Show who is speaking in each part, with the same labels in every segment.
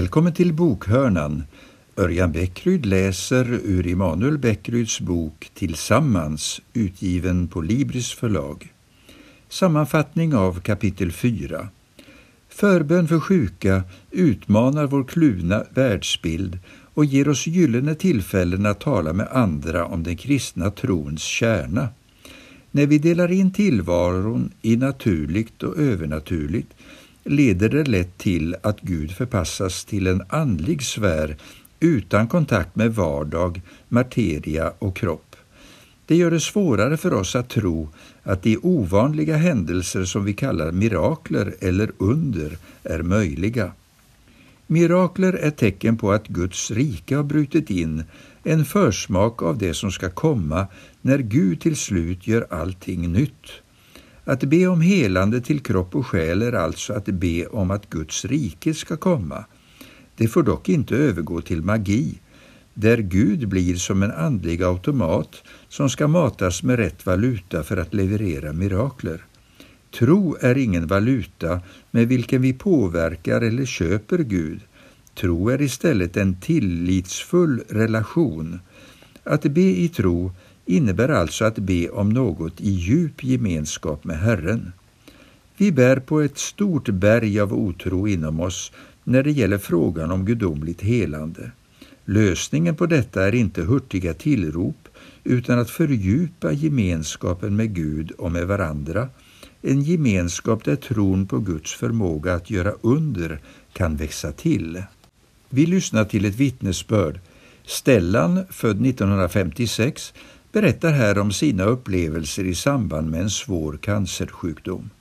Speaker 1: Välkommen till Bokhörnan. Örjan Bäckryd läser ur Immanuel Bäckryds bok Tillsammans, utgiven på Libris förlag. Sammanfattning av kapitel 4. Förbön för sjuka utmanar vår kluvna världsbild och ger oss gyllene tillfällen att tala med andra om den kristna trons kärna. När vi delar in tillvaron i naturligt och övernaturligt leder det lätt till att Gud förpassas till en andlig sfär utan kontakt med vardag, materia och kropp. Det gör det svårare för oss att tro att de ovanliga händelser som vi kallar mirakler eller under är möjliga. Mirakler är tecken på att Guds rike har brutit in, en försmak av det som ska komma när Gud till slut gör allting nytt. Att be om helande till kropp och själ är alltså att be om att Guds rike ska komma. Det får dock inte övergå till magi, där Gud blir som en andlig automat som ska matas med rätt valuta för att leverera mirakler. Tro är ingen valuta med vilken vi påverkar eller köper Gud. Tro är istället en tillitsfull relation. Att be i tro innebär alltså att be om något i djup gemenskap med Herren. Vi bär på ett stort berg av otro inom oss när det gäller frågan om gudomligt helande. Lösningen på detta är inte hurtiga tillrop utan att fördjupa gemenskapen med Gud och med varandra, en gemenskap där tron på Guds förmåga att göra under kan växa till. Vi lyssnar till ett vittnesbörd. Stellan, född 1956, berättar här om sina upplevelser i samband med en svår cancersjukdom.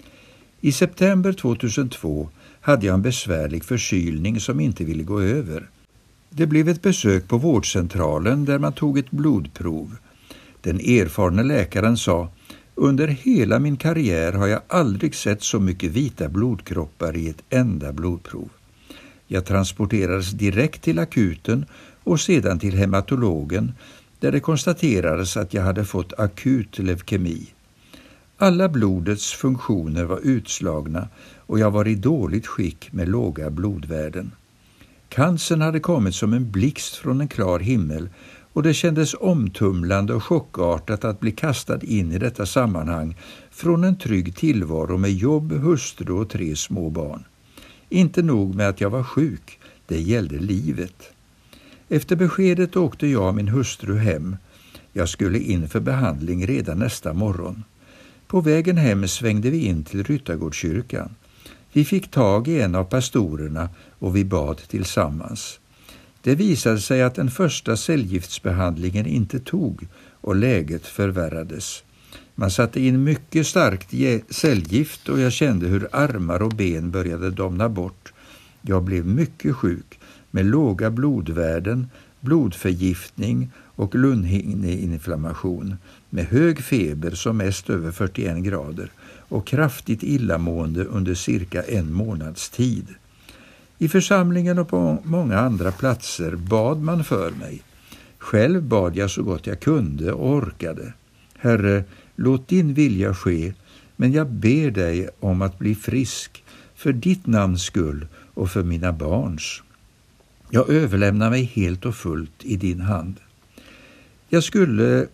Speaker 1: I september 2002 hade jag en besvärlig förkylning som inte ville gå över. Det blev ett besök på vårdcentralen där man tog ett blodprov. Den erfarna läkaren sa: "Under hela min karriär har jag aldrig sett så mycket vita blodkroppar i ett enda blodprov." Jag transporterades direkt till akuten och sedan till hematologen, där det konstaterades att jag hade fått akut leukemi. Alla blodets funktioner var utslagna och jag var i dåligt skick med låga blodvärden. Cancern hade kommit som en blixt från en klar himmel och det kändes omtumlande och chockartat att bli kastad in i detta sammanhang från en trygg tillvaro med jobb, hustru och 3 små barn. Inte nog med att jag var sjuk, det gällde livet. Efter beskedet åkte jag och min hustru hem. Jag skulle in för behandling redan nästa morgon. På vägen hem svängde vi in till Ryttargårdskyrkan. Vi fick tag i en av pastorerna och vi bad tillsammans. Det visade sig att den första cellgiftsbehandlingen inte tog och läget förvärrades. Man satte in mycket starkt cellgift och jag kände hur armar och ben började domna bort. Jag blev mycket sjuk med låga blodvärden, blodförgiftning och lunghinneinflammation med hög feber som mest över 41 grader och kraftigt illamående under cirka 1 månads tid. I församlingen och på många andra platser bad man för mig. Själv bad jag så gott jag kunde och orkade. Herre, låt din vilja ske, men jag ber dig om att bli frisk för ditt namns skull och för mina barns. Jag överlämnar mig helt och fullt i din hand. Jag skulle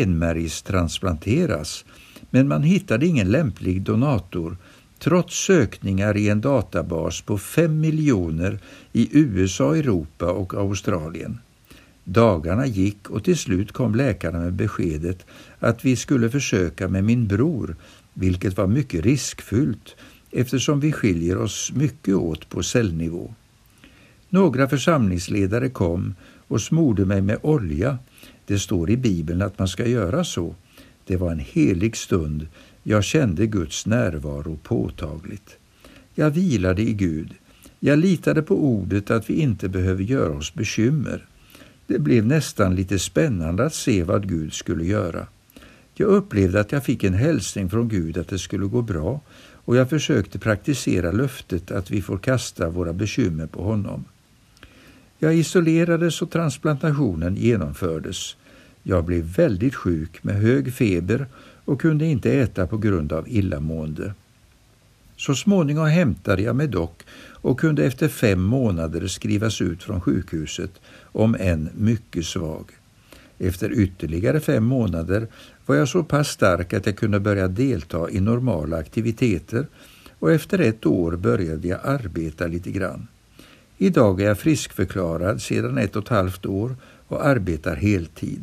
Speaker 1: benmärgstransplanteras, men man hittade ingen lämplig donator trots sökningar i en databas på 5 miljoner i USA, Europa och Australien. Dagarna gick och till slut kom läkarna med beskedet att vi skulle försöka med min bror, vilket var mycket riskfyllt eftersom vi skiljer oss mycket åt på cellnivå. Några församlingsledare kom och smorde mig med olja. Det står i Bibeln att man ska göra så. Det var en helig stund. Jag kände Guds närvaro påtagligt. Jag vilade i Gud. Jag litade på ordet att vi inte behöver göra oss bekymmer. Det blev nästan lite spännande att se vad Gud skulle göra. Jag upplevde att jag fick en hälsning från Gud att det skulle gå bra och jag försökte praktisera löftet att vi får kasta våra bekymmer på honom. Jag isolerades och transplantationen genomfördes. Jag blev väldigt sjuk med hög feber och kunde inte äta på grund av illamående. Så småningom hämtade jag mig dock och kunde efter 5 månader skrivas ut från sjukhuset, om än mycket svag. Efter ytterligare 5 månader var jag så pass stark att jag kunde börja delta i normala aktiviteter, och efter 1 år började jag arbeta lite grann. Idag är jag friskförklarad sedan 1,5 år och arbetar heltid.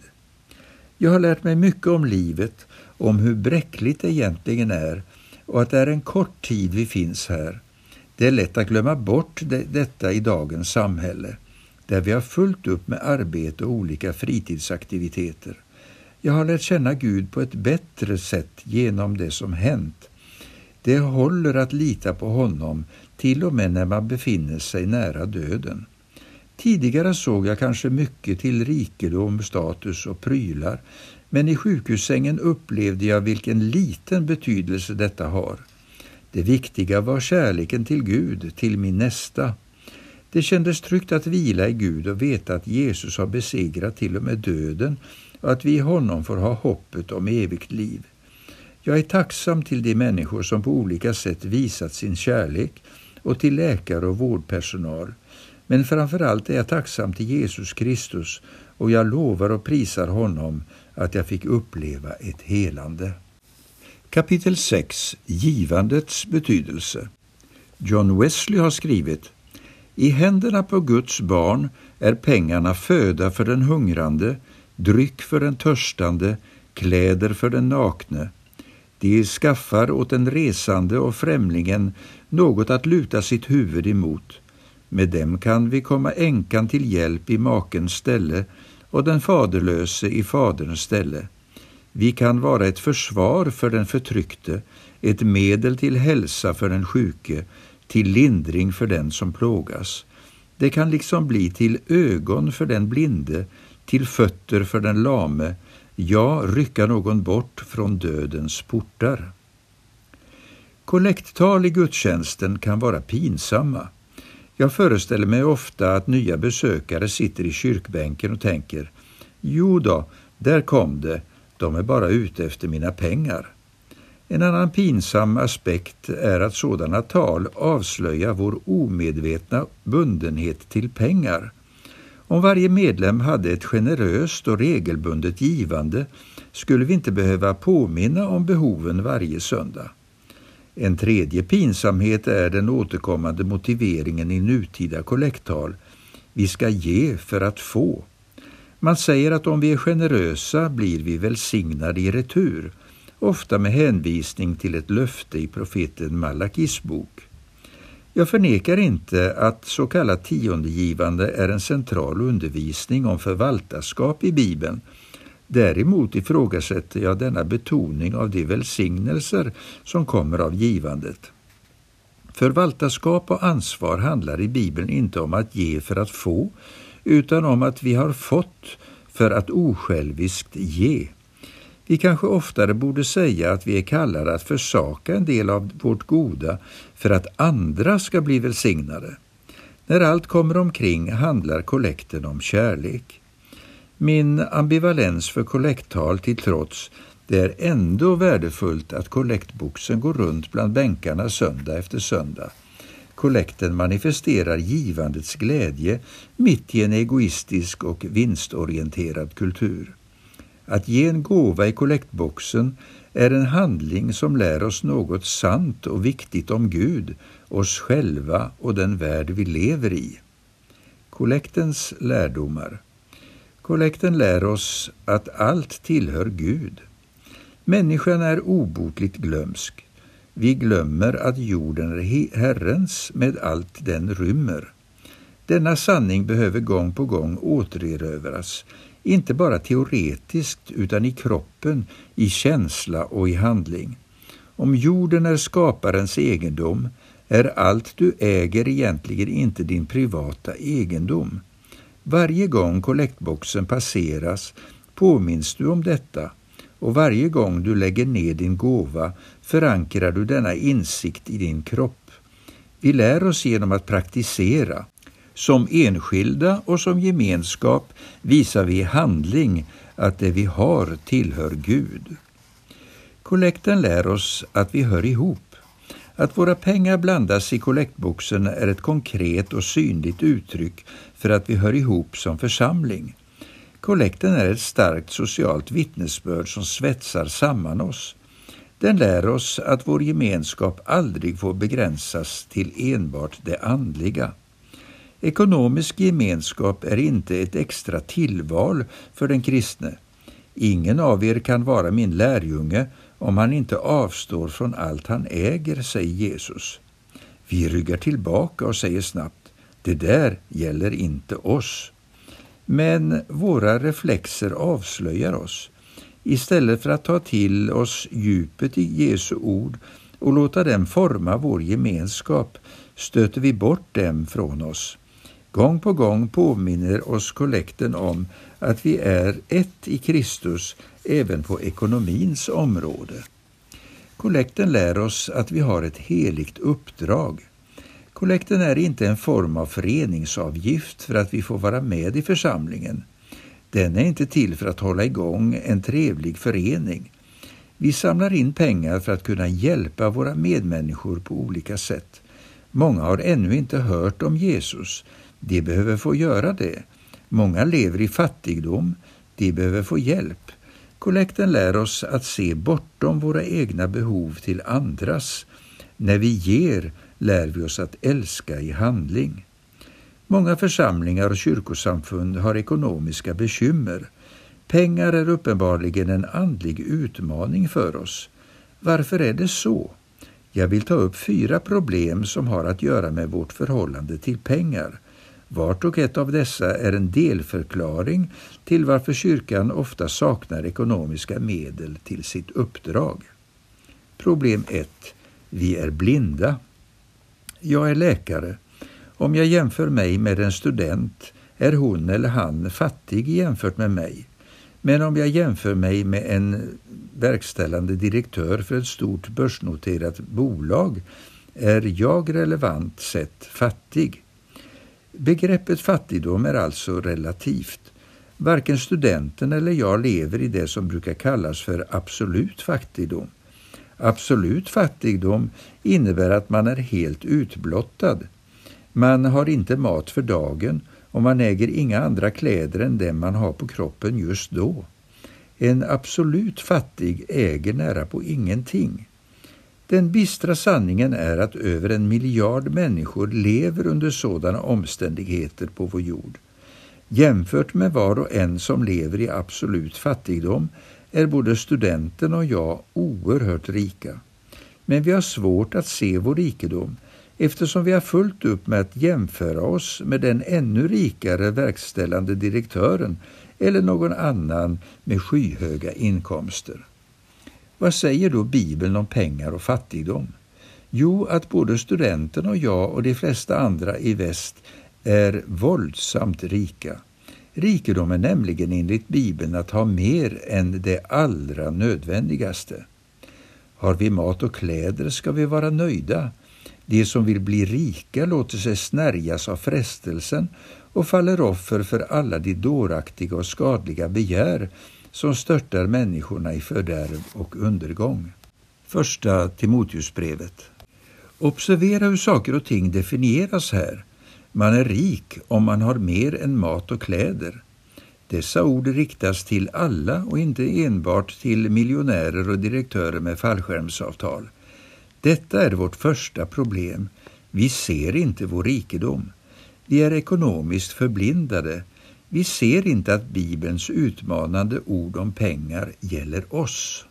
Speaker 1: Jag har lärt mig mycket om livet, om hur bräckligt det egentligen är och att det är en kort tid vi finns här. Det är lätt att glömma bort detta i dagens samhälle, där vi har fullt upp med arbete och olika fritidsaktiviteter. Jag har lärt känna Gud på ett bättre sätt genom det som hänt. Det håller att lita på honom, till och med när man befinner sig nära döden. Tidigare såg jag kanske mycket till rikedom, status och prylar, men i sjukhussängen upplevde jag vilken liten betydelse detta har. Det viktiga var kärleken till Gud, till min nästa. Det kändes tryggt att vila i Gud och veta att Jesus har besegrat till och med döden och att vi i honom får ha hoppet om evigt liv. Jag är tacksam till de människor som på olika sätt visat sin kärlek och till läkare och vårdpersonal. Men framförallt är jag tacksam till Jesus Kristus, och jag lovar och prisar honom att jag fick uppleva ett helande. Kapitel 6. Givandets betydelse. John Wesley har skrivit: I händerna på Guds barn är pengarna föda för den hungrande, dryck för den törstande, kläder för den nakne. De skaffar åt den resande och främlingen något att luta sitt huvud emot. Med dem kan vi komma änkan till hjälp i makens ställe och den faderlöse i faderns ställe. Vi kan vara ett försvar för den förtryckte, ett medel till hälsa för den sjuke, till lindring för den som plågas. Det kan liksom bli till ögon för den blinde, till fötter för den lame, ja, rycka någon bort från dödens portar. Kollekttal i gudstjänsten kan vara pinsamma. Jag föreställer mig ofta att nya besökare sitter i kyrkbänken och tänker: jo då, där kom det, de är bara ute efter mina pengar. En annan pinsam aspekt är att sådana tal avslöjar vår omedvetna bundenhet till pengar. Om varje medlem hade ett generöst och regelbundet givande skulle vi inte behöva påminna om behoven varje söndag. En tredje pinsamhet är den återkommande motiveringen i nutida kollekttal: vi ska ge för att få. Man säger att om vi är generösa blir vi välsignade i retur, ofta med hänvisning till ett löfte i profeten Malakis bok. Jag förnekar inte att så kallat tiondegivande är en central undervisning om förvaltarskap i Bibeln. Däremot ifrågasätter jag denna betoning av de välsignelser som kommer av givandet. Förvaltarskap och ansvar handlar i Bibeln inte om att ge för att få, utan om att vi har fått för att osjälviskt ge. Vi kanske oftare borde säga att vi är kallade att försaka en del av vårt goda för att andra ska bli välsignade. När allt kommer omkring handlar kollekten om kärlek. Min ambivalens för kollekttal till trots, det är ändå värdefullt att kollektboxen går runt bland bänkarna söndag efter söndag. Kollekten manifesterar givandets glädje mitt i en egoistisk och vinstorienterad kultur. Att ge en gåva i kollektboxen är en handling som lär oss något sant och viktigt om Gud, oss själva och den värld vi lever i. Kollektens lärdomar. Kollekten lär oss att allt tillhör Gud. Människan är obotligt glömsk. Vi glömmer att jorden är Herrens med allt den rymmer. Denna sanning behöver gång på gång återerövras, inte bara teoretiskt utan i kroppen, i känsla och i handling. Om jorden är skaparens egendom, är allt du äger egentligen inte din privata egendom. Varje gång kollektboxen passeras påminns du om detta, och varje gång du lägger ner din gåva förankrar du denna insikt i din kropp. Vi lär oss genom att praktisera. Som enskilda och som gemenskap visar vi i handling att det vi har tillhör Gud. Kollekten lär oss att vi hör ihop, Att våra pengar blandas i kollektboxen är ett konkret och synligt uttryck för att vi hör ihop som församling. Kollekten är ett starkt socialt vittnesbörd som svetsar samman oss. Den lär oss att vår gemenskap aldrig får begränsas till enbart det andliga. Ekonomisk gemenskap är inte ett extra tillval för den kristne. Ingen av er kan vara min lärjunge om han inte avstår från allt han äger, säger Jesus. Vi ryggar tillbaka och säger snabbt, det där gäller inte oss. Men våra reflexer avslöjar oss. Istället för att ta till oss djupet i Jesu ord och låta dem forma vår gemenskap stöter vi bort dem från oss. Gång på gång påminner oss kollekten om att vi är ett i Kristus även på ekonomins område. Kollekten lär oss att vi har ett heligt uppdrag. Kollekten är inte en form av föreningsavgift för att vi får vara med i församlingen. Den är inte till för att hålla igång en trevlig förening. Vi samlar in pengar för att kunna hjälpa våra medmänniskor på olika sätt. Många har ännu inte hört om Jesus. De behöver få göra det. Många lever i fattigdom. De behöver få hjälp. Kollekten lär oss att se bortom våra egna behov till andras. När vi ger lär vi oss att älska i handling. Många församlingar och kyrkosamfund har ekonomiska bekymmer. Pengar är uppenbarligen en andlig utmaning för oss. Varför är det så? Jag vill ta upp 4 problem som har att göra med vårt förhållande till pengar. Vart och ett av dessa är en delförklaring till varför kyrkan ofta saknar ekonomiska medel till sitt uppdrag. Problem 1. Vi är blinda. Jag är läkare. Om jag jämför mig med en student är hon eller han fattig jämfört med mig. Men om jag jämför mig med en verkställande direktör för ett stort börsnoterat bolag är jag relevant sett fattig. Begreppet fattigdom är alltså relativt. Varken studenten eller jag lever i det som brukar kallas för absolut fattigdom. Absolut fattigdom innebär att man är helt utblottad. Man har inte mat för dagen och man äger inga andra kläder än dem man har på kroppen just då. En absolut fattig äger nära på ingenting. Den bistra sanningen är att över 1 miljard människor lever under sådana omständigheter på vår jord. Jämfört med var och en som lever i absolut fattigdom är både studenten och jag oerhört rika. Men vi har svårt att se vår rikedom eftersom vi har fullt upp med att jämföra oss med den ännu rikare verkställande direktören eller någon annan med skyhöga inkomster. Vad säger då Bibeln om pengar och fattigdom? Jo, att både studenten och jag och de flesta andra i väst är våldsamt rika. Rikedom är nämligen enligt Bibeln att ha mer än det allra nödvändigaste. Har vi mat och kläder ska vi vara nöjda. De som vill bli rika låter sig snärjas av frestelsen och faller offer för alla de dåraktiga och skadliga begär som störtar människorna i fördärv och undergång. Första Timoteusbrevet. Observera hur saker och ting definieras här. Man är rik om man har mer än mat och kläder. Dessa ord riktas till alla och inte enbart till miljonärer och direktörer med fallskärmsavtal. Detta är vårt första problem. Vi ser inte vår rikedom. Vi är ekonomiskt förblindade. Vi ser inte att Bibelns utmanande ord om pengar gäller oss.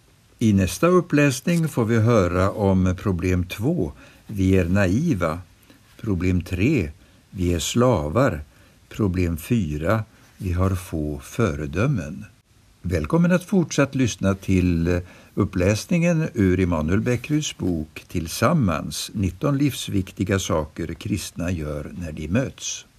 Speaker 1: I nästa uppläsning får vi höra om problem 2. Vi är naiva. Problem 3. Vi är slavar. Problem 4. Vi har få föredömen. Välkommen att fortsatt lyssna till uppläsningen ur Immanuel Bäckryds bok Tillsammans, 19 livsviktiga saker kristna gör när de möts.